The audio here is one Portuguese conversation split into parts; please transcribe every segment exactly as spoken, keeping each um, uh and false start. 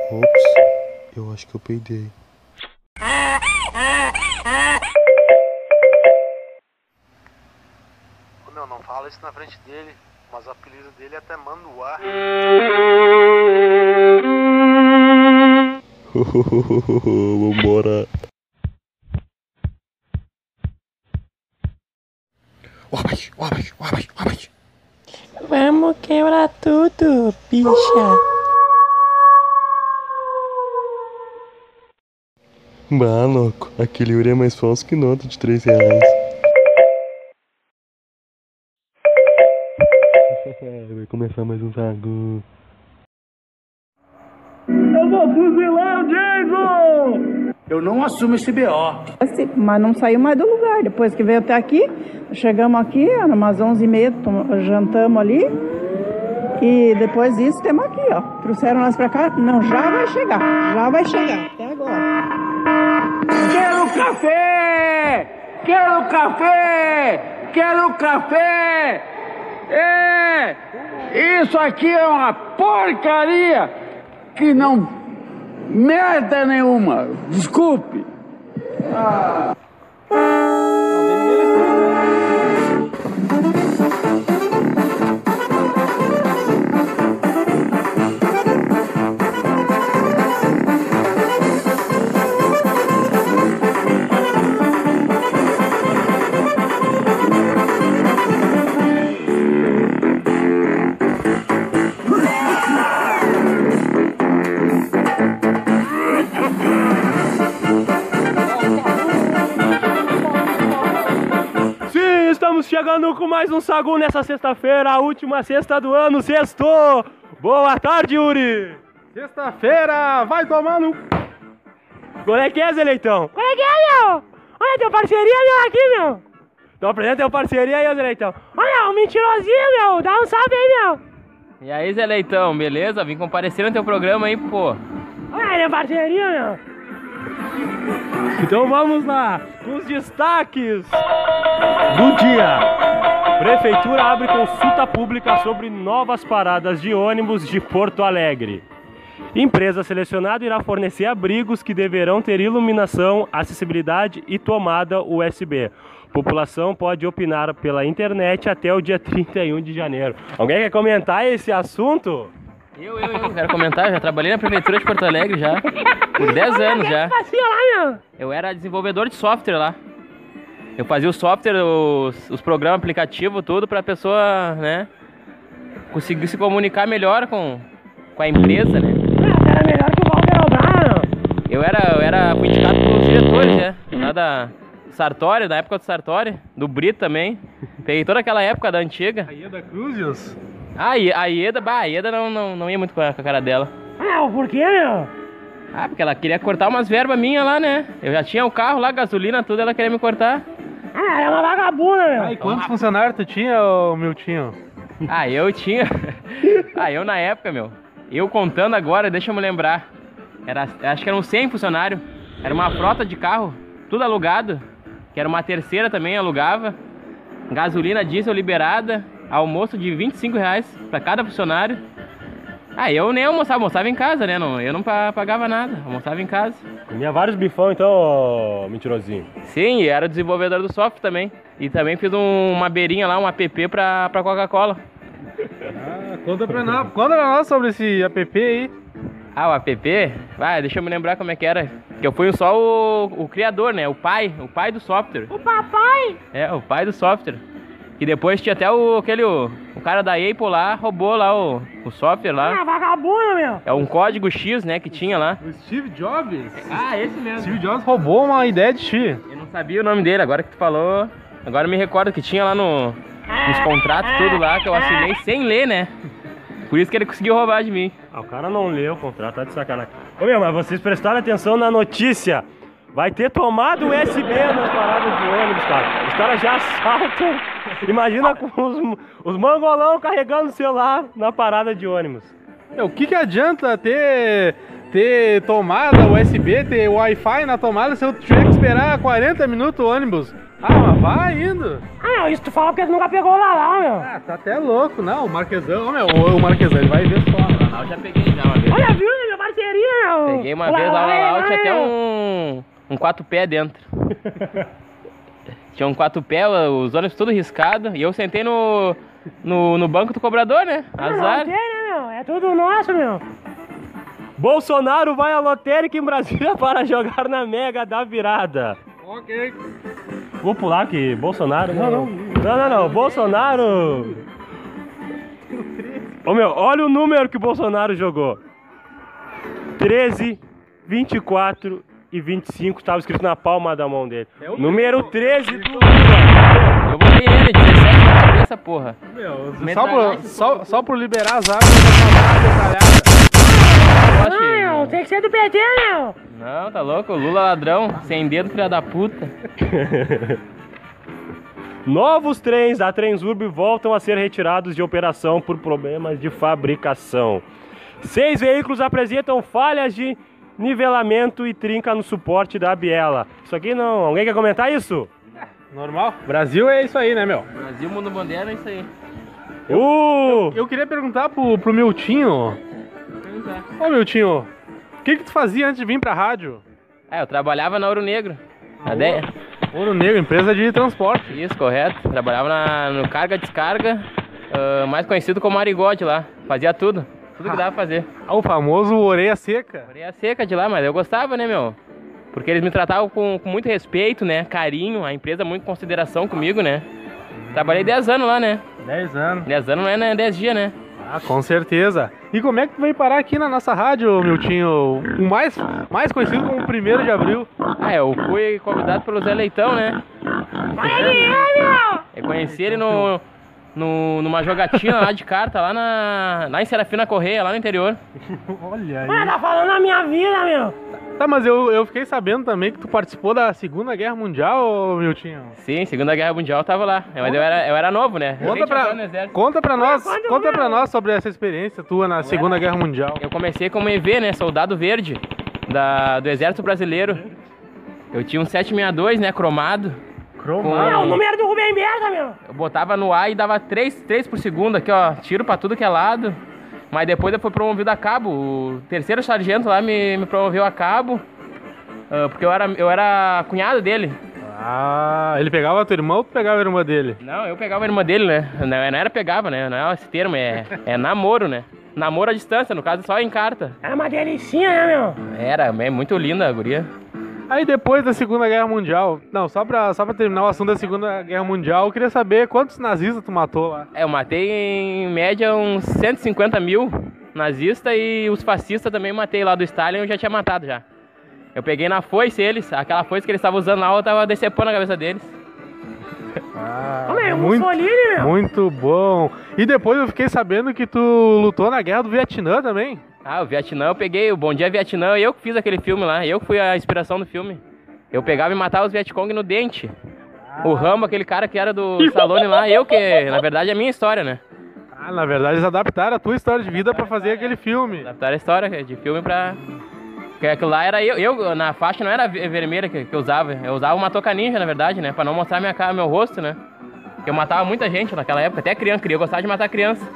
Ops, eu acho que eu peidei. Ô, meu, não fala isso na frente dele, mas o apelido dele é até Manduá. Vambora. Vamos quebrar tudo, bicha. Bah, louco, aquele Yuri é mais falso que nota de três reais. Vai começar mais um sagu. Eu vou fuzilar o Jason! Eu não assumo esse B O. Mas não saiu mais do lugar. Depois que veio até aqui, chegamos aqui, eram umas onze e meia, jantamos ali. E depois disso, temos aqui, ó. Trouxeram nós pra cá. Não, já vai chegar. Já vai chegar. Até agora. Quero café! Quero café! Quero café! É! Isso aqui é uma porcaria que não... merda nenhuma! Desculpe! Ah. Estamos chegando com mais um Sagu nessa sexta-feira, a última sexta do ano, sextou! Boa tarde, Yuri! Sexta-feira, vai tomando... Qual é que é, Zé Leitão? Qual é que é, meu? Olha, teu parceria, meu, aqui, meu. Então apresenta teu parceria aí, Zé Leitão. Olha, o mentirosinho, meu, dá um salve aí, meu. E aí, Zé Leitão, beleza? Vim comparecer no teu programa aí, pô. Olha, teu parceria, meu. Então vamos lá, com os destaques do dia. Prefeitura abre consulta pública sobre novas paradas de ônibus de Porto Alegre. Empresa selecionada irá fornecer abrigos que deverão ter iluminação, acessibilidade e tomada U S B. População pode opinar pela internet até o dia trinta e um de janeiro. Alguém quer comentar esse assunto? Eu, eu, eu quero comentar, já trabalhei na Prefeitura de Porto Alegre já, por dez anos já. Eu era desenvolvedor de software lá. Eu fazia o software, os, os programas, aplicativo, tudo pra pessoa, né, conseguir se comunicar melhor com, com a empresa, né. Era melhor que o Walter Obrar. Eu era, eu era, fui indicado pelos diretores, né, lá da Sartori, da época do Sartori, do Brito também. Peguei toda aquela época da antiga. A Ieda Cruzius? Ah, a Ieda, bah, a Ieda não, não, não ia muito com a, com a cara dela. Ah, por quê, meu? Ah, porque ela queria cortar umas verbas minhas lá, né? Eu já tinha o carro lá, gasolina, tudo, ela queria me cortar. Ah, é uma vagabunda, meu. Ah, e quantos funcionários tu tinha, ô Miltinho? Ah, eu tinha... ah, eu na época, meu, eu contando agora, deixa eu me lembrar. Era, acho que eram cem funcionários. Era uma frota de carro, tudo alugado. Que era uma terceira também, alugava. Gasolina diesel liberada. Almoço de vinte e cinco reais pra cada funcionário. Ah, eu nem almoçava, almoçava em casa, né? Não, eu não pagava nada, almoçava em casa. Comia vários bifão então, ó, mentirosinho. Sim, e era desenvolvedor do software também. E também fiz um, uma beirinha lá, um app pra, pra Coca-Cola. Ah, conta pra nós, conta pra nós sobre esse app aí. Ah, o app? Vai, deixa eu me lembrar como é que era. Que eu fui só o, o criador, né? O pai, o pai do software. O papai? É, o pai do software. Que depois tinha até o, aquele, o, o cara da Apple lá, roubou lá o, o software lá. Ah, vagabundo, meu. É um código X, né, que tinha lá. O Steve Jobs? Ah, esse mesmo. Steve Jobs roubou uma ideia de ti. Eu não sabia o nome dele, agora que tu falou, agora me recordo que tinha lá no, nos contratos tudo lá, que eu assinei sem ler, né. Por isso que ele conseguiu roubar de mim. Ah, o cara não leu o contrato, tá de sacanagem. Ô meu, mas vocês prestaram atenção na notícia. Vai ter tomada U S B nas paradas de ônibus, cara. Os caras já assaltam. Imagina com os, os mangolão carregando o celular na parada de ônibus. O que que adianta ter, ter tomada U S B, ter Wi-Fi na tomada se eu tiver que esperar quarenta minutos o ônibus? Ah, mas vai indo. Ah, não, isso tu fala porque tu nunca pegou lá, lá, meu. Ah, tá até louco. Não, o Marquesão, meu, o Marquesão, ele vai ver só. Eu já peguei já uma vez. Olha, viu, minha parceria, Peguei uma vez lá, lá, lá, tinha até um, um quatro pé dentro. Tinha um quatro pé, os ônibus tudo riscado, e eu sentei no, no, no banco do cobrador, né? Azar. Não tem, né, meu? É tudo nosso, meu. Bolsonaro vai à lotérica em Brasília para jogar na Mega da Virada. Ok. Vou pular aqui, Bolsonaro. Não, não, não, não, não. Bolsonaro. Ô meu, olha o número que o Bolsonaro jogou: treze, vinte e quatro e vinte e cinco. Estava escrito na palma da mão dele. É o Número treze do Lula. Eu botei ele, dezessete na cabeça, porra. Meu, só Metralhagem. por, só, só por liberar as armas da detalhada. Não, meu, tem que ser do P T, meu. Não, tá louco? Lula ladrão, sem dedo, filha da puta. Novos trens da Transurb voltam a ser retirados de operação por problemas de fabricação. Seis veículos apresentam falhas de nivelamento e trinca no suporte da biela. Isso aqui não... Alguém quer comentar isso? Normal. Brasil é isso aí, né, meu? Brasil, mundo bandeira, é isso aí. Uh! Eu queria perguntar pro, pro Miltinho. Ô, Miltinho, o que que tu fazia antes de vir pra rádio? É, eu trabalhava na Ouro Negro. Na de... Ouro Negro, empresa de transporte. Isso, correto. Trabalhava na, no carga-descarga, uh, mais conhecido como Arigode lá. Fazia tudo. Tudo que dava pra fazer. Ah, o famoso orelha seca. Orelha seca de lá, mas eu gostava, né, meu? Porque eles me tratavam com, com muito respeito, né? Carinho, a empresa muito consideração comigo, né? Trabalhei dez anos lá, né? dez anos. dez anos não é né, dez dias, né? Ah, com certeza. E como é que tu veio parar aqui na nossa rádio, Miltinho? O mais, mais conhecido como primeiro de abril. Ah, eu fui convidado pelo Zé Leitão, né? Olha ele, meu. Eu conheci ele no, no, numa jogatina lá de carta, lá, na, lá em Serafina Correia, lá no interior. Olha aí. Olha, tá falando a minha vida, meu. Tá, mas eu, eu fiquei sabendo também que tu participou da Segunda Guerra Mundial, Miltinho. Sim, Segunda Guerra Mundial eu tava lá. Mas eu era, eu era novo, né? Conta Recente pra, entrou no exército. conta pra nós, quando conta eu- pra nós sobre essa experiência tua na Segunda Guerra Mundial. Eu comecei como E V, né? Soldado verde da, do Exército Brasileiro. Eu tinha um sete sessenta e dois, né? Cromado. Cromado. É o número do Rubem Berta, meu. Eu botava no ar e dava três, três por segundo aqui, ó. Tiro pra tudo que é lado. Mas depois eu fui promovido a cabo. O terceiro sargento lá me, me promoveu a cabo. ah, porque eu era, eu era cunhado dele. Ah, ele pegava tua irmã ou tu pegava a irmã dele? Não, eu pegava a irmã dele, né? Não, não era pegava, né? Não é esse termo, é, é namoro, né? Namoro à distância, no caso só em carta. Era uma delicinha, né, meu? Era, é muito linda a guria. Aí depois da Segunda Guerra Mundial, não, só pra, só pra terminar o assunto da Segunda Guerra Mundial, eu queria saber quantos nazistas tu matou lá. É, eu matei em média uns cento e cinquenta mil nazistas e os fascistas também matei lá do Stalin, eu já tinha matado já. Eu peguei na foice eles, aquela foice que eles estavam usando lá, eu tava decepando a cabeça deles. Ah, Ô, meu, muito, Mussolini, meu. muito bom. E depois eu fiquei sabendo que tu lutou na Guerra do Vietnã também. Ah, o Vietnã eu peguei, o Bom Dia Vietnã, eu que fiz aquele filme lá, eu que fui a inspiração do filme. Eu pegava e matava os Vietcong no dente. O Rambo, aquele cara que era do Stallone lá, eu que, na verdade, é a minha história, né? Ah, na verdade eles adaptaram a tua história de vida pra fazer aquele filme. Adaptaram a história de filme pra... Porque aquilo lá era eu, eu na faixa não era ve- vermelha que, que eu usava, eu usava uma touca ninja, na verdade, né? Pra não mostrar minha cara, meu rosto, né? Porque eu matava muita gente naquela época, até criança, eu gostava de matar criança.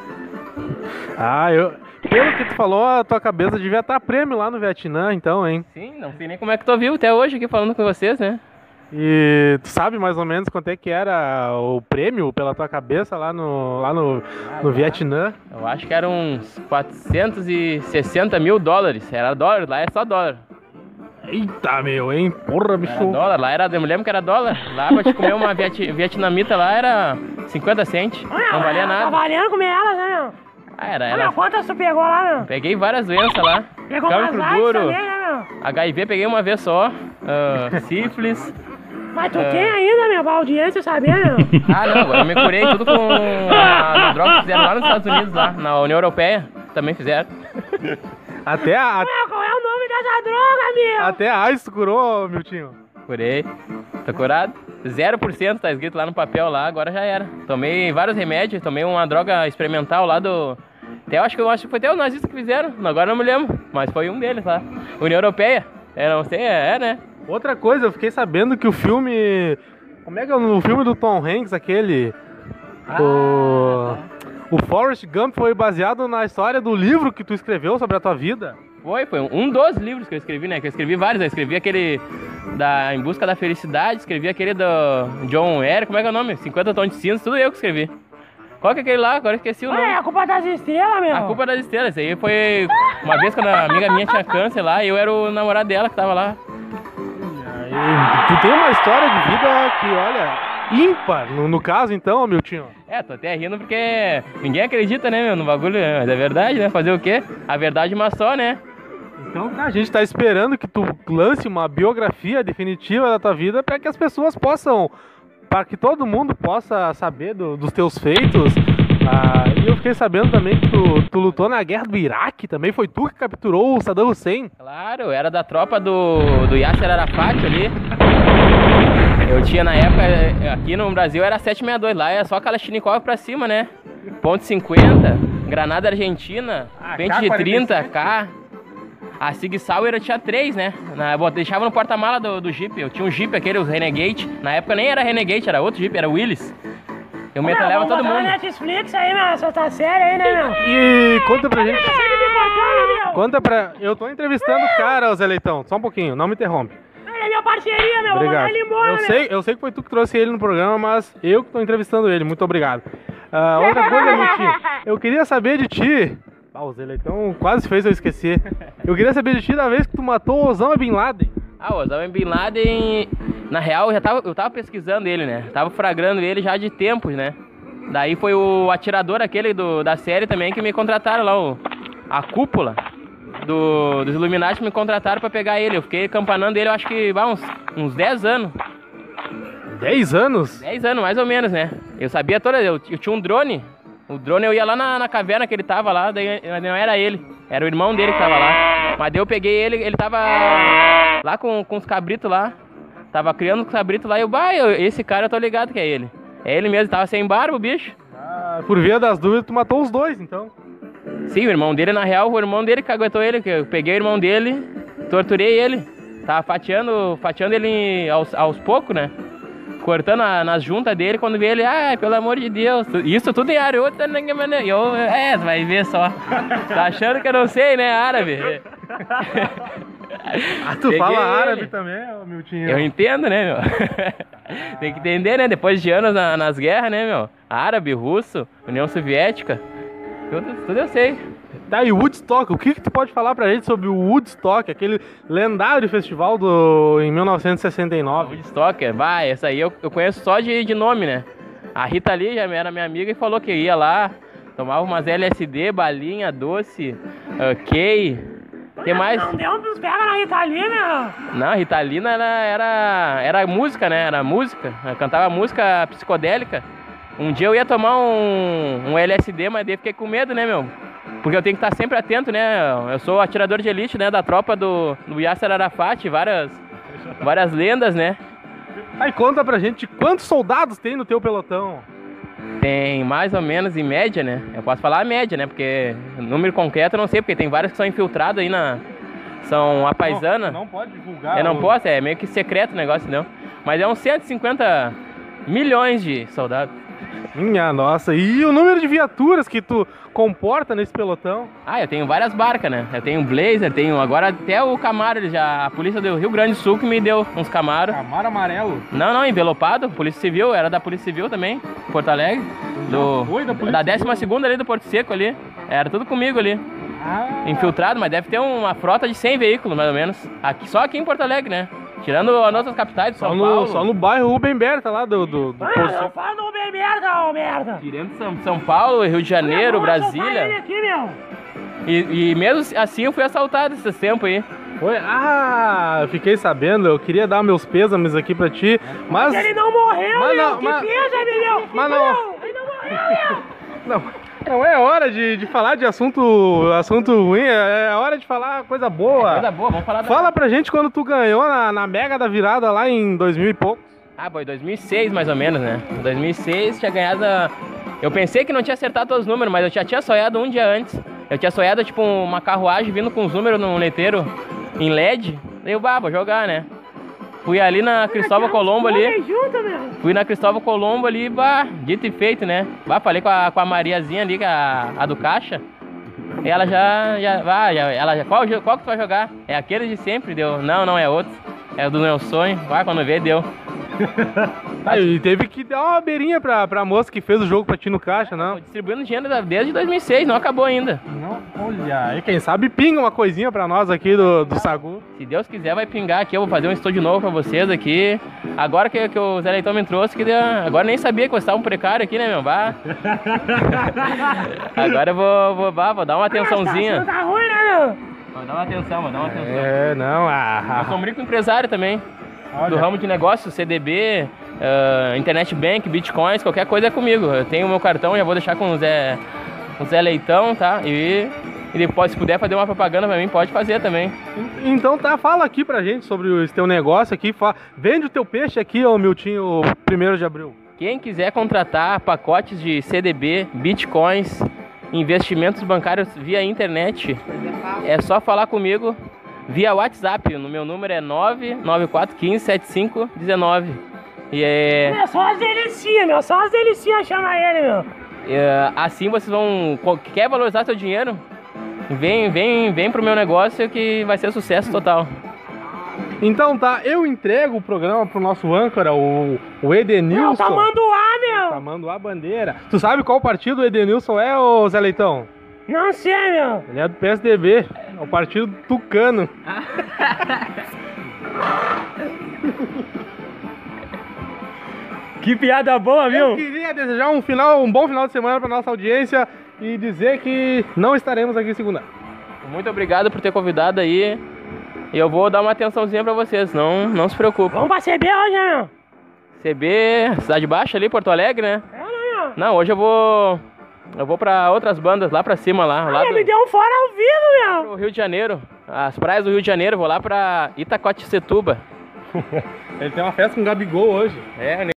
Ah, eu... Pelo que tu falou, a tua cabeça devia estar prêmio lá no Vietnã, então, hein? Sim, não sei nem como é que tô vivo até hoje aqui falando com vocês, né? E tu sabe mais ou menos quanto é que era o prêmio pela tua cabeça lá no, lá no, no Vietnã? Eu acho que eram uns quatrocentos e sessenta mil dólares, era dólar, lá é só dólar. Eita, meu, hein? Porra, Era bicho. dólar, lá era, eu me lembro que era dólar. Lá pra te comer uma viet, vietnamita lá era cinquenta centes, Olha, não valia Tá nada. valendo comer elas, né, meu? Ah, era, Olha, era. quantas tu pegou lá, meu? Peguei várias doenças lá. Pegou Cancro umas AIDS duro, também, né, meu? H I V peguei uma vez só, ah, sífilis. Mas tu tem ainda, meu, pra audiência saber, meu? Ah, não, agora eu me curei tudo com a, a droga que fizeram lá nos Estados Unidos, lá na União Europeia, também fizeram. Até a, Meu, qual é o nome dessa droga, meu? até a AIDS tu curou, Miltinho. Curei, tô curado. zero por cento tá escrito lá no papel lá, agora já era. Tomei vários remédios, tomei uma droga experimental lá do... Até eu acho que eu acho que foi até os nazistas que fizeram, agora não me lembro, mas foi um deles lá. União Europeia, eu não sei, é, né? Outra coisa, eu fiquei sabendo que o filme... Como é que é o filme do Tom Hanks, aquele... o... o Forrest Gump foi baseado na história do livro que tu escreveu sobre a tua vida. Foi, foi um dos livros que eu escrevi, né? Que eu escrevi vários, eu escrevi aquele da Em Busca da Felicidade, escrevi aquele do John Eric, como é que é o nome? cinquenta Tons de Cinza, tudo eu que escrevi. Qual que é aquele lá? Agora eu esqueci o nome. Ué, a culpa das estrelas, meu. A Culpa das Estrelas, isso aí foi uma vez quando a amiga minha tinha câncer lá e eu era o namorado dela que tava lá. Aí, tu tem uma história de vida que, olha, ímpar, no, no caso então, Miltinho. É, tô até rindo porque ninguém acredita, né, meu, no bagulho, mas é verdade, né? Fazer o quê? A verdade é uma só, né? Então tá, a gente tá esperando que tu lance uma biografia definitiva da tua vida para que as pessoas possam, para que todo mundo possa saber do, dos teus feitos. Ah, e eu fiquei sabendo também que tu, tu lutou na guerra do Iraque, também foi tu que capturou o Saddam Hussein. Claro, era da tropa do, do Yasser Arafat ali. Eu tinha na época, aqui no Brasil era sete sessenta e dois, lá é só Kalashnikov pra cima, né? Ponto cinquenta, granada argentina, Ah, pente de trinta, K. A Sig Sauer eu tinha três, né? Na, eu deixava no porta-mala do, do Jeep. Eu tinha um Jeep, aquele, o Renegade. Na época nem era Renegade, era outro Jeep, era Willis. Eu metralhava todo mundo. Na Netflix aí, meu, essa tá séria aí, né, meu? E conta pra gente. Tá sempre me cortando, meu. Conta pra. Eu tô entrevistando o cara, Zé Leitão. Só um pouquinho, não me interrompe. Ele é minha parceria, meu. Vou Obrigado. mandar ele embora, Eu meu. sei, eu sei que foi tu que trouxe ele no programa, mas eu que tô entrevistando ele. Muito obrigado. Ah, outra coisa, Miltinho. Eu queria saber de ti. Ah, o Zé Leitão quase fez eu esquecer. Eu queria saber de ti da vez que tu matou o Osama Bin Laden. Ah, o Osama Bin Laden, na real, eu já tava, eu tava pesquisando ele, né? Tava fragrando ele já de tempos, né? Daí foi o atirador aquele do, da série também que me contrataram lá, o, a cúpula do, dos Illuminati me contrataram pra pegar ele. Eu fiquei campanando ele, eu acho que vai uns, uns dez anos. dez anos? dez anos, mais ou menos, né? Eu sabia toda, eu, eu tinha um drone. O drone eu ia lá na, na caverna que ele tava lá, daí não era ele, era o irmão dele que tava lá. Mas daí eu peguei ele, ele tava lá com, com os cabritos lá, tava criando os cabritos lá e eu, bah, eu, esse cara eu tô ligado que é ele. É ele mesmo, tava sem barba o bicho. Ah, por via das dúvidas, tu matou os dois, então. Sim, o irmão dele, na real, o irmão dele que aguentou ele, que eu peguei o irmão dele, torturei ele, tava fatiando, fatiando ele aos, aos poucos, né? Cortando a, nas juntas dele, quando vê ele, ah, pelo amor de Deus, isso tudo em árabe, e eu, é, vai ver só. Tá achando que eu não sei, né, árabe? Ah, tu Peguei fala ele. árabe também, Miltinho? Eu entendo, né, meu? Tem que entender, né, depois de anos na, nas guerras, né, meu? Árabe, russo, União Soviética, tudo, tudo eu sei. Tá, e o Woodstock, o que que tu pode falar pra gente sobre o Woodstock, aquele lendário festival do, em mil novecentos e sessenta e nove? Woodstock, vai, essa aí eu, eu conheço só de, de nome, né? A Rita Lee já era minha amiga e falou que ia lá, tomava umas L S D, balinha, doce, uh, Kay, que mais? Não deu uns pega na Rita Lee, meu. Não, a Rita Lee era, era, era música, né? Era música, eu cantava música psicodélica. Um dia eu ia tomar um, um L S D, mas daí fiquei com medo, né, meu? Porque eu tenho que estar sempre atento, né? Eu sou atirador de elite, né? Da tropa do, do Yasser Arafat, várias, várias lendas, né? Aí conta pra gente quantos soldados tem no teu pelotão. Tem mais ou menos em média, né? Eu posso falar a média, né? Porque número concreto eu não sei, porque tem vários que são infiltrados aí na... São a paisana. Não, não pode divulgar. Eu não o... posso, é meio que secreto o negócio, não. Mas é uns cento e cinquenta milhões de soldados. Minha nossa, e o número de viaturas que tu comporta nesse pelotão? Ah, eu tenho várias barcas, né? Eu tenho um Blazer, tenho agora até o Camaro, ele já, a polícia do Rio Grande do Sul que me deu uns Camaro. Camaro amarelo? Não, não, envelopado, Polícia Civil, era da Polícia Civil também, Porto Alegre. Do, foi da Polícia da décima segunda ali do Porto Seco ali, era tudo comigo ali. Ah. Infiltrado, mas deve ter uma frota de cem veículos, mais ou menos. Aqui, só aqui em Porto Alegre, né? Tirando as outras capitais de São Só no, Paulo. só no bairro Rubem Berta lá do... do, do Ah, Porto não fala no bem merda, ô merda. Tirando São, São Paulo, Rio de Janeiro, Vamos soltar Brasília. ele aqui, meu. E, e mesmo assim eu fui assaltado esses tempos aí. Foi? Ah, eu fiquei sabendo, eu queria dar meus pêsames aqui pra ti, mas... Ele não morreu, Mas meu. não, Que mas- pesa, meu. mas não- Ele não morreu, meu. Não, não é hora de, de falar de assunto, assunto ruim, é hora de falar coisa boa. Coisa boa, vamos falar da... Fala pra gente quando tu ganhou na, na Mega da Virada lá em dois mil e pouco. Ah, foi dois mil e seis mais ou menos, né? Em dois mil e seis tinha ganhado... a- Eu pensei que não tinha acertado todos os números, mas eu já tinha sonhado um dia antes. Eu tinha sonhado, tipo, uma carruagem vindo com os números num letreiro em L E D. Daí eu, bah, vou jogar, né? Fui ali na Cristóvão Colombo ali. Junto, meu. Fui na Cristóvão Colombo ali, bah, dito e feito, né? Bah, falei com a, com a Mariazinha ali, que é a, a do caixa. E ela já, já, vai, já, ela já, qual, qual que tu vai jogar? É aquele de sempre, deu, não, não é outro, é o do meu sonho, vai, quando vê, deu. Ah, e teve que dar uma beirinha pra, pra moça que fez o jogo pra ti no caixa, não? Tô distribuindo dinheiro desde dois mil e seis, não acabou ainda. Não, olha, aí quem sabe pinga uma coisinha pra nós aqui do, do Sagu. Se Deus quiser vai pingar aqui, eu vou fazer um estúdio novo pra vocês aqui. Agora que, que o Zé Leitão me trouxe, que deu, agora nem sabia que vocês estavam precário aqui, né, meu? Vá. Agora eu vou, vou, vá, vou dar uma atençãozinha. Tá ruim, né, meu? Vou dar uma atenção, vou dar uma atenção. É, não, ah, Eu sou um rico empresário também. olha. Do ramo de negócios, C D B, uh, Internet Bank, Bitcoins, qualquer coisa é comigo. Eu tenho o meu cartão, já vou deixar com o Zé, com o Zé Leitão, tá? E, e depois, se puder fazer uma propaganda pra mim, pode fazer também. Então tá, fala aqui pra gente sobre esse teu negócio aqui. Fala, vende o teu peixe aqui, ô Miltinho, primeiro de abril. Quem quiser contratar pacotes de C D B, Bitcoins, investimentos bancários via internet, é só falar comigo via WhatsApp. No meu número é nove nove quatro um cinco sete cinco um nove. E é, É só as delicinhas, meu. Só as delicinhas chama ele, meu. é, assim vocês vão... Quer valorizar seu dinheiro? Vem, vem, vem pro meu negócio que vai ser sucesso total. Então tá, eu entrego o programa pro nosso âncora, o, o Edenilson. Não, tá mandoá, meu. Tamanduá Bandeira. Tu sabe qual partido o Edenilson é, ô Zé Leitão? Não sei, meu. Ele é do P S D B, é o partido tucano. Que piada boa, Eu viu? queria desejar um, final, um bom final de semana pra nossa audiência e dizer que não estaremos aqui segunda. Muito obrigado por ter convidado aí. E eu vou dar uma atençãozinha pra vocês, não, não se preocupe. Vamos pra C B hoje, né, meu? C B, Cidade Baixa ali, Porto Alegre, né? É, né, meu? Não, hoje eu vou... Eu vou pra outras bandas, lá pra cima, lá. lá Ah, do, me deu um fora ao vivo, meu. pro Rio de Janeiro. As praias do Rio de Janeiro, vou lá pra Itacoaticetuba. Ele tem uma festa com o Gabigol hoje. É,